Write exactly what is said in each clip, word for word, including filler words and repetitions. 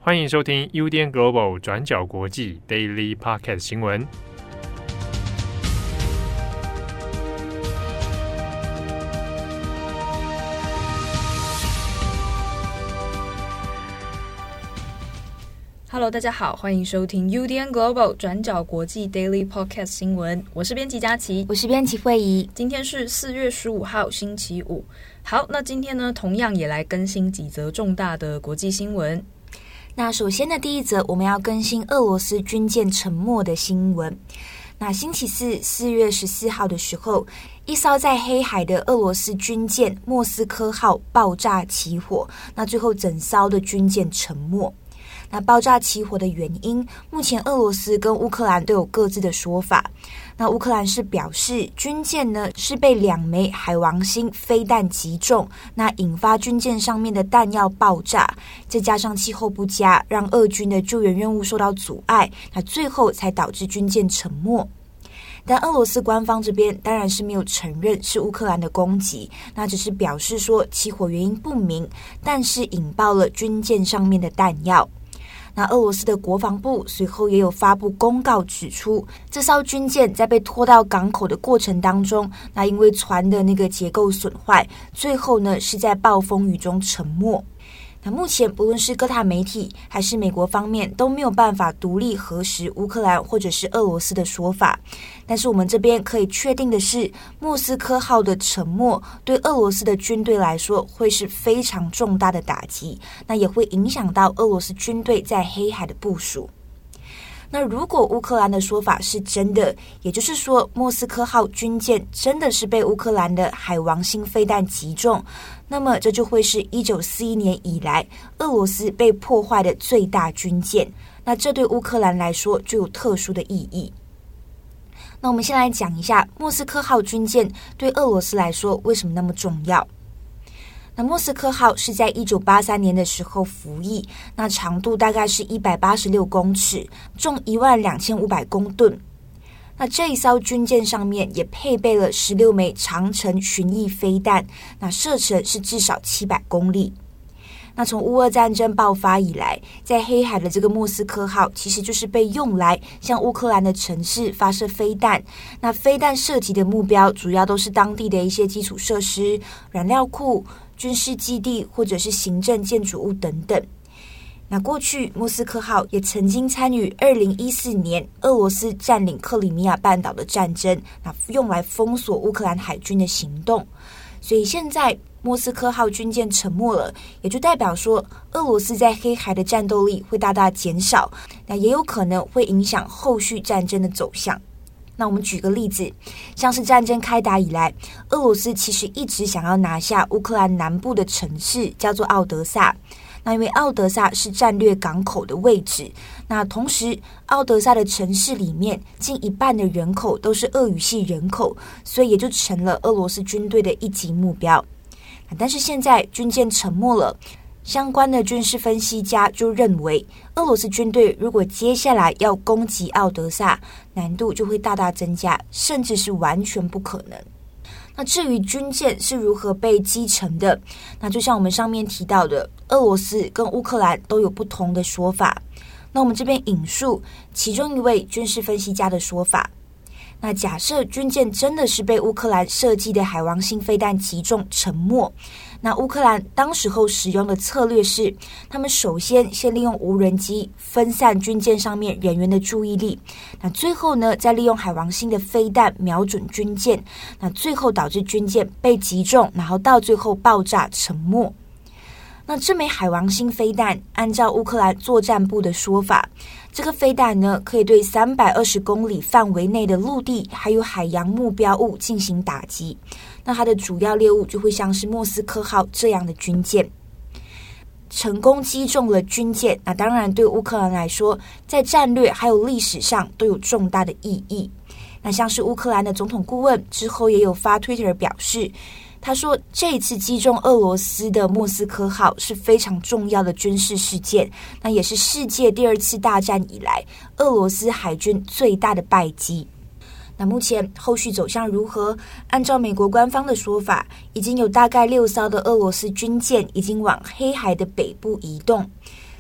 欢迎收听 U D N Global 转角国际 Daily Podcast 新闻。 Hello， 大家好，欢迎收听 U D N Global 转角国际 Daily Podcast 新闻。我是编辑佳琪， 我是编辑慧仪。 今天是四月十五号，星期五。好，那今天呢，同样也来更新几则重大的国际新闻。 那首先的第一则，我们要更新俄罗斯军舰沉没的新闻。那星期四四月十四号的时候，一艘在黑海的俄罗斯军舰莫斯科号爆炸起火，那最后整艘的军舰沉没。那爆炸起火的原因，目前俄罗斯跟乌克兰都有各自的说法。那乌克兰是表示，军舰呢是被两枚海王星飞弹击中，那引发军舰上面的弹药爆炸，再加上气候不佳，让俄军的救援任务受到阻碍，那最后才导致军舰沉没。但俄罗斯官方这边当然是没有承认是乌克兰的攻击，那只是表示说起火原因不明，但是引爆了军舰上面的弹药。那俄罗斯的国防部随后也有发布公告指出，这艘军舰在被拖到港口的过程当中，那因为船的那个结构损坏，最后呢是在暴风雨中沉没。那目前不论是各大媒体还是美国方面都没有办法独立核实乌克兰或者是俄罗斯的说法，但是我们这边可以确定的是，莫斯科号的沉没对俄罗斯的军队来说会是非常重大的打击，那也会影响到俄罗斯军队在黑海的部署。那如果乌克兰的说法是真的，也就是说莫斯科号军舰真的是被乌克兰的海王星飞弹击中，那么这就会是一九四一年以来俄罗斯被破坏的最大军舰，那这对乌克兰来说就有特殊的意义。那我们先来讲一下莫斯科号军舰对俄罗斯来说为什么那么重要。那莫斯科号是在一九八三年的时候服役，那长度大概是一百八十六公尺，重一万两千五百公吨。那这一艘军舰上面也配备了十六枚长程巡弋飞弹，那射程是至少七百公里。那从乌俄战争爆发以来，在黑海的这个莫斯科号其实就是被用来向乌克兰的城市发射飞弹，那飞弹射击的目标主要都是当地的一些基础设施、燃料库、军事基地或者是行政建筑物等等。那过去莫斯科号也曾经参与二零一四年俄罗斯占领克里米亚半岛的战争，那用来封锁乌克兰海军的行动。所以现在莫斯科号军舰沉没了，也就代表说俄罗斯在黑海的战斗力会大大减少，那也有可能会影响后续战争的走向。那我们举个例子，像是战争开打以来，俄罗斯其实一直想要拿下乌克兰南部的城市，叫做奥德萨。那因为奥德萨是战略港口的位置，那同时奥德萨的城市里面近一半的人口都是俄语系人口，所以也就成了俄罗斯军队的一级目标。但是现在军舰沉没了，相关的军事分析家就认为，俄罗斯军队如果接下来要攻击奥德萨，难度就会大大增加，甚至是完全不可能。那至于军舰是如何被击沉的，那就像我们上面提到的，俄罗斯跟乌克兰都有不同的说法。那我们这边引述其中一位军事分析家的说法，那假设军舰真的是被乌克兰设计的海王星飞弹击中沉没，那乌克兰当时候使用的策略是，他们首先先利用无人机分散军舰上面人员的注意力，那最后呢再利用海王星的飞弹瞄准军舰，那最后导致军舰被击中，然后到最后爆炸沉没。那这枚海王星飞弹，按照乌克兰作战部的说法，这个飞弹呢可以对三百二十公里范围内的陆地还有海洋目标物进行打击，那它的主要猎物就会像是莫斯科号这样的军舰。成功击中了军舰，那当然对乌克兰来说，在战略还有历史上都有重大的意义。那像是乌克兰的总统顾问之后也有发 Twitter 表示，他说这一次击中俄罗斯的莫斯科号是非常重要的军事事件，那也是世界第二次大战以来俄罗斯海军最大的败绩。那目前后续走向如何？按照美国官方的说法，已经有大概六艘的俄罗斯军舰已经往黑海的北部移动。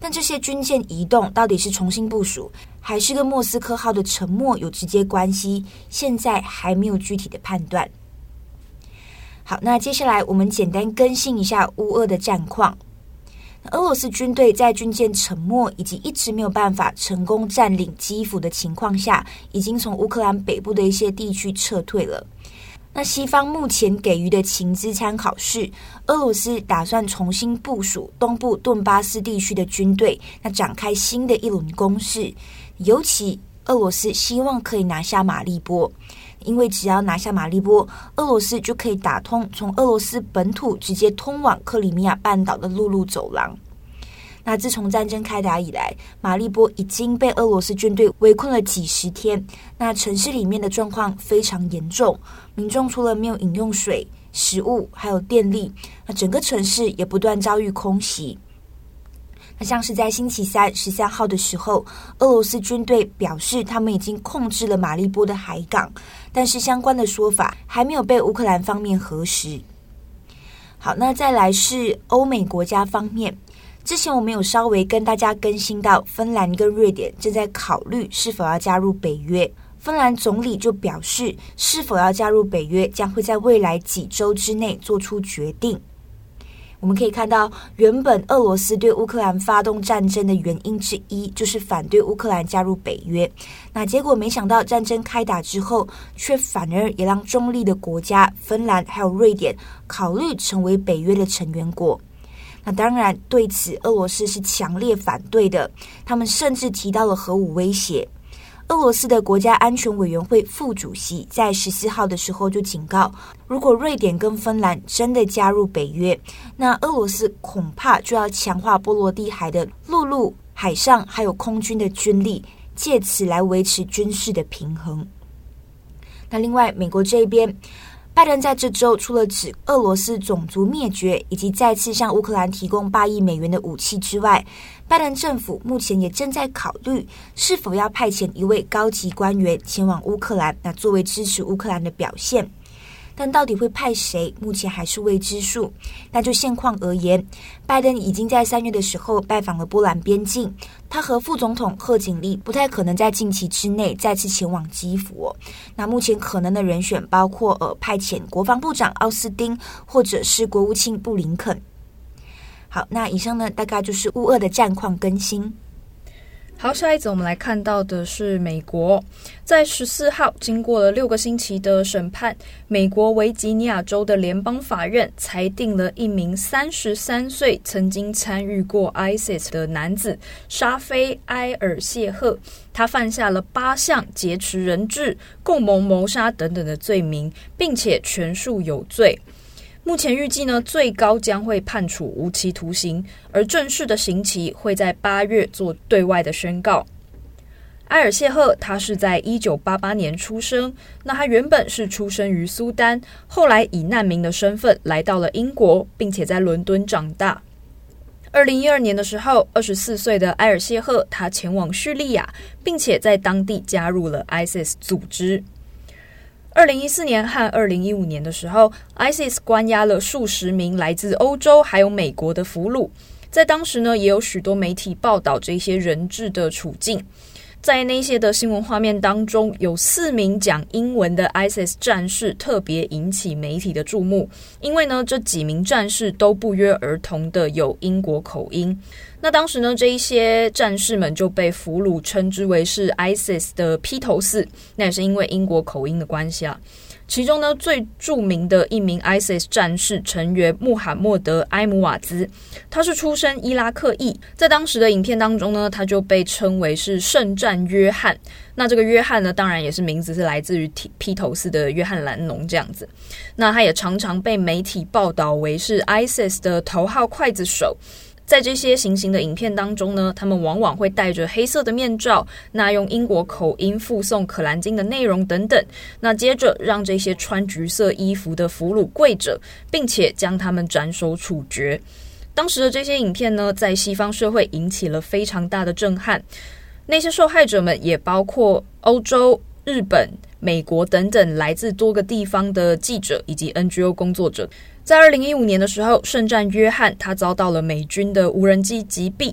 但这些军舰移动到底是重新部署，还是跟莫斯科号的沉没有直接关系，现在还没有具体的判断。好，那接下来我们简单更新一下乌俄的战况。俄罗斯军队在军舰沉没以及一直没有办法成功占领基辅的情况下，已经从乌克兰北部的一些地区撤退了。那西方目前给予的情资参考是，俄罗斯打算重新部署东部顿巴斯地区的军队，那展开新的一轮攻势。尤其俄罗斯希望可以拿下马利波，因为只要拿下马利波，俄罗斯就可以打通从俄罗斯本土直接通往克里米亚半岛的陆路走廊。那自从战争开打以来，马利波已经被俄罗斯军队围困了几十天，那城市里面的状况非常严重，民众除了没有饮用水、食物还有电力，那整个城市也不断遭遇空袭。那像是在星期三十三号的时候，俄罗斯军队表示他们已经控制了马利波的海港，但是相关的说法还没有被乌克兰方面核实。好，那再来是欧美国家方面，之前我们有稍微跟大家更新到，芬兰跟瑞典正在考虑是否要加入北约。芬兰总理就表示，是否要加入北约将会在未来几周之内做出决定。我们可以看到，原本俄罗斯对乌克兰发动战争的原因之一就是反对乌克兰加入北约，那结果没想到战争开打之后，却反而也让中立的国家芬兰还有瑞典考虑成为北约的成员国。那当然，对此俄罗斯是强烈反对的，他们甚至提到了核武威胁。俄罗斯的国家安全委员会副主席在十四号的时候就警告，如果瑞典跟芬兰真的加入北约，那俄罗斯恐怕就要强化波罗的海的陆路、海上还有空军的军力，借此来维持军事的平衡。那另外，美国这边，拜登在这周除了指俄罗斯种族灭绝以及再次向乌克兰提供八亿美元的武器之外，拜登政府目前也正在考虑是否要派遣一位高级官员前往乌克兰，那作为支持乌克兰的表现。但到底会派谁，目前还是未知数。那就现况而言，拜登已经在三月的时候拜访了波兰边境，他和副总统贺锦丽不太可能在近期之内再次前往基辅哦。那目前可能的人选包括呃派遣国防部长奥斯汀，或者是国务卿布林肯。好，那以上呢大概就是乌俄的战况更新。 好，下一则我们来看到的是美国，在十四号经过了六个星期的审判，美国维吉尼亚州的联邦法院裁定了一名三十三岁曾经参与过 I S I S 的男子沙菲埃尔谢赫，他犯下了八项劫持人质、共谋谋杀等等的罪名，并且全数有罪。目前预计呢，最高将会判处无期徒刑，而正式的刑期会在八月做对外的宣告。埃尔谢赫他是在一九八八年出生，那他原本是出生于苏丹，后来以难民的身份来到了英国，并且在伦敦长大。二零一二年的时候，二十四岁的埃尔谢赫他前往叙利亚，并且在当地加入了 I S I S 组织。二零一四年和二零一五年的时候 I S I S 关押了数十名来自欧洲还有美国的俘虏，在当时呢，也有许多媒体报道这些人质的处境。在那些的新闻画面当中，有四名讲英文的 I S I S 战士特别引起媒体的注目，因为呢，这几名战士都不约而同的有英国口音。那当时呢，这一些战士们就被俘虏称之为是 I S I S 的披头士，那也是因为英国口音的关系啊。其中呢，最著名的一名 I S I S 战士成员穆罕默德·埃姆瓦兹，他是出身伊拉克裔，在当时的影片当中呢，他就被称为是圣战约翰。那这个约翰呢，当然也是名字是来自于披头士的约翰兰农这样子。那他也常常被媒体报道为是 I S I S 的头号刽子手。在这些行刑的影片当中呢，他们往往会戴着黑色的面罩，那用英国口音附送可兰经的内容等等，那接着让这些穿橘色衣服的俘虏跪着，并且将他们斩首处决。当时的这些影片呢，在西方社会引起了非常大的震撼，那些受害者们也包括欧洲、日本、美国等等来自多个地方的记者以及 N G O 工作者。在二零一五年的时候，圣战约翰他遭到了美军的无人机击毙，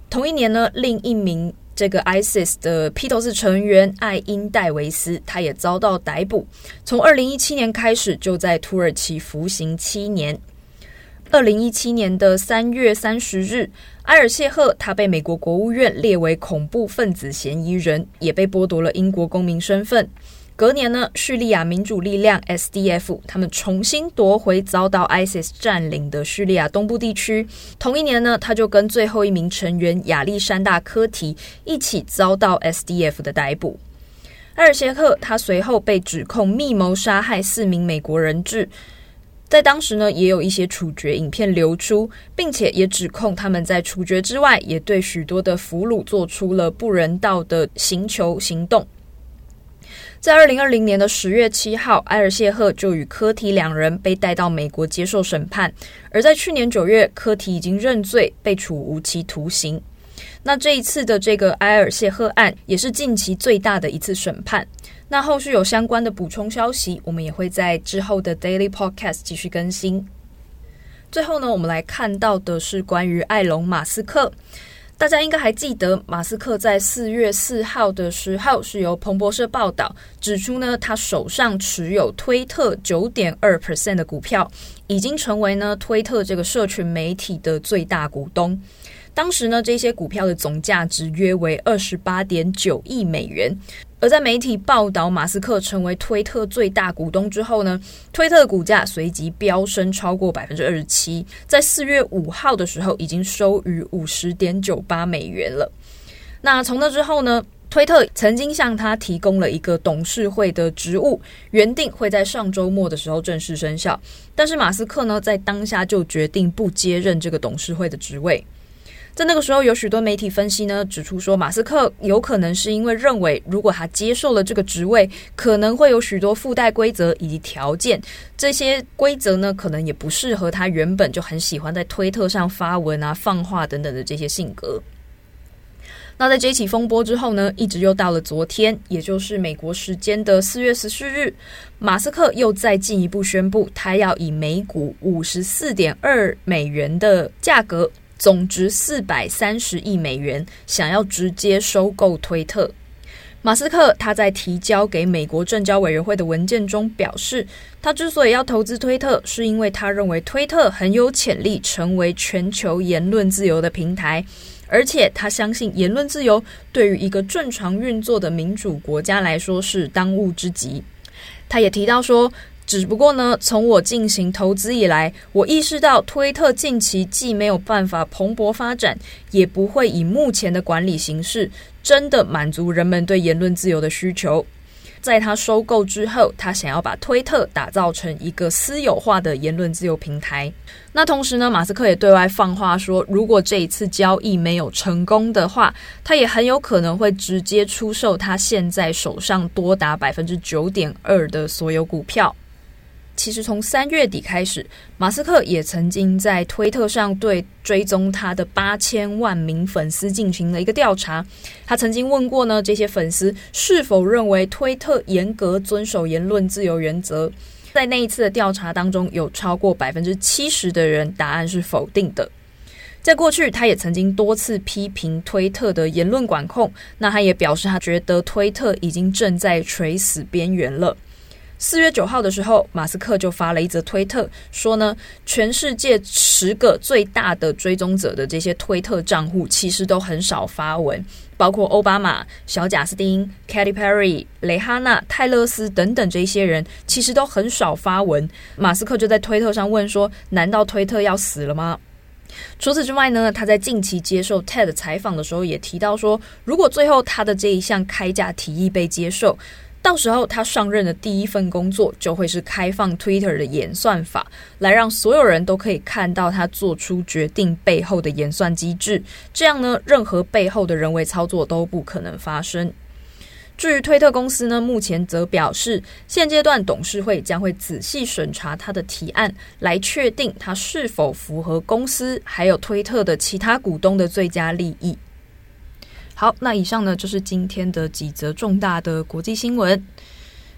同一年呢，另一名这个 I S I S 的披头士成员艾因戴维斯，他也遭到逮捕，从二零一七年开始就在土耳其服刑七年。二零一七年的三月三十日，埃尔谢赫他被美国国务院列为恐怖分子嫌疑人，也被剥夺了英国公民身份。隔年呢，叙利亚民主力量 S D F 他们重新夺回遭到 I S I S 占领的叙利亚东部地区。同一年呢，他就跟最后一名成员亚历山大科提一起遭到 S D F 的逮捕。埃尔谢赫他随后被指控密谋杀害四名美国人质，在当时呢，也有一些处决影片流出，并且也指控他们在处决之外，也对许多的俘虏做出了不人道的刑求行动。在二零二零年的十月七号，埃尔谢赫就与科提两人被带到美国接受审判，而在去年九月，科提已经认罪，被处无期徒刑。那这一次的这个埃尔谢赫案也是近期最大的一次审判。那后续有相关的补充消息，我们也会在之后的 Daily Podcast 继续更新。最后呢，我们来看到的是关于埃隆·马斯克。大家应该还记得，马斯克在四月四号的时候是由彭博社报道指出呢，他手上持有推特 百分之九点二 的股票，已经成为呢推特这个社群媒体的最大股东。当时呢，这些股票的总价值约为 二十八点九亿美元。而在媒体报道马斯克成为推特最大股东之后呢，推特的股价随即飙升超过 百分之二十七， 在四月五号的时候已经收于 五十点九八美元了。那从那之后呢，推特曾经向他提供了一个董事会的职务，原定会在上周末的时候正式生效，但是马斯克呢，在当下就决定不接任这个董事会的职位。在那个时候，有许多媒体分析呢，指出说马斯克有可能是因为认为，如果他接受了这个职位，可能会有许多附带规则以及条件，这些规则呢，可能也不适合他原本就很喜欢在推特上发文啊、放话等等的这些性格。那在这起风波之后呢，一直又到了昨天，也就是美国时间的四月十四日，马斯克又再进一步宣布，他要以每股 五十四点二美元的价格，总值四百三十亿美元，想要直接收购推特。马斯克他在提交给美国证交委员会的文件中表示，他之所以要投资推特，是因为他认为推特很有潜力成为全球言论自由的平台，而且他相信言论自由对于一个正常运作的民主国家来说是当务之急。他也提到说，只不过呢，从我进行投资以来，我意识到推特近期既没有办法蓬勃发展，也不会以目前的管理形式真的满足人们对言论自由的需求。在他收购之后，他想要把推特打造成一个私有化的言论自由平台。那同时呢，马斯克也对外放话说，如果这一次交易没有成功的话，他也很有可能会直接出售他现在手上多达 百分之九点二 的所有股票。其实从三月底开始，马斯克也曾经在推特上对追踪他的八千万名粉丝进行了一个调查。他曾经问过呢，这些粉丝是否认为推特严格遵守言论自由原则。在那一次的调查当中，有超过 百分之七十 的人答案是否定的。在过去，他也曾经多次批评推特的言论管控，那他也表示他觉得推特已经正在垂死边缘了。四月九号的时候，马斯克就发了一则推特，说呢，全世界十个最大的追踪者的这些推特账户其实都很少发文，包括奥巴马、小贾斯汀、Katy Perry、蕾哈娜、泰勒斯等等这些人，其实都很少发文。马斯克就在推特上问说，难道推特要死了吗？除此之外呢，他在近期接受 T E D 采访的时候也提到说，如果最后他的这一项开价提议被接受，到时候他上任的第一份工作就会是开放 Twitter 的演算法，来让所有人都可以看到他做出决定背后的演算机制，这样呢，任何背后的人为操作都不可能发生。至于推特公司呢，目前则表示，现阶段董事会将会仔细审查他的提案，来确定他是否符合公司还有推特的其他股东的最佳利益。好，那以上呢就是今天的几则重大的国际新闻。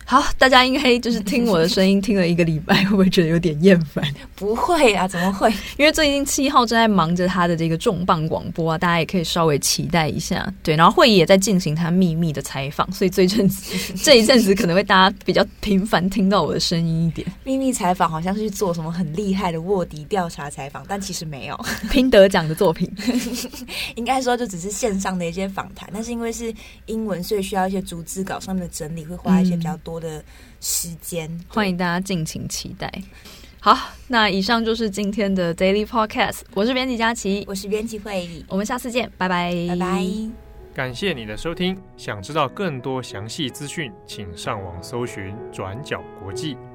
好，大家应该就是听我的声音听了一个礼拜，会不会觉得有点厌烦？ 不会啊，怎么会？ 因为最近七号正在忙着他的这个重磅广播啊，大家也可以稍微期待一下。对，然后会议也在进行他秘密的采访，所以这一阵子这一阵子可能会大家比较频繁听到我的声音一点。 秘密采访好像是去做什么很厉害的卧底调查采访，但其实没有拼得奖的作品。 应该说就只是线上的一些访谈，但是因为是英文，所以需要一些逐字稿上面的整理，会花一些比较多的时间。 欢迎大家敬请期待。好，那以上就是今天的 Daily Podcast， 我是编辑佳琪， 我是编辑会议， 我们下次见，拜拜， 拜拜。 感谢你的收听，想知道更多详细资讯，请上网搜寻转角国际。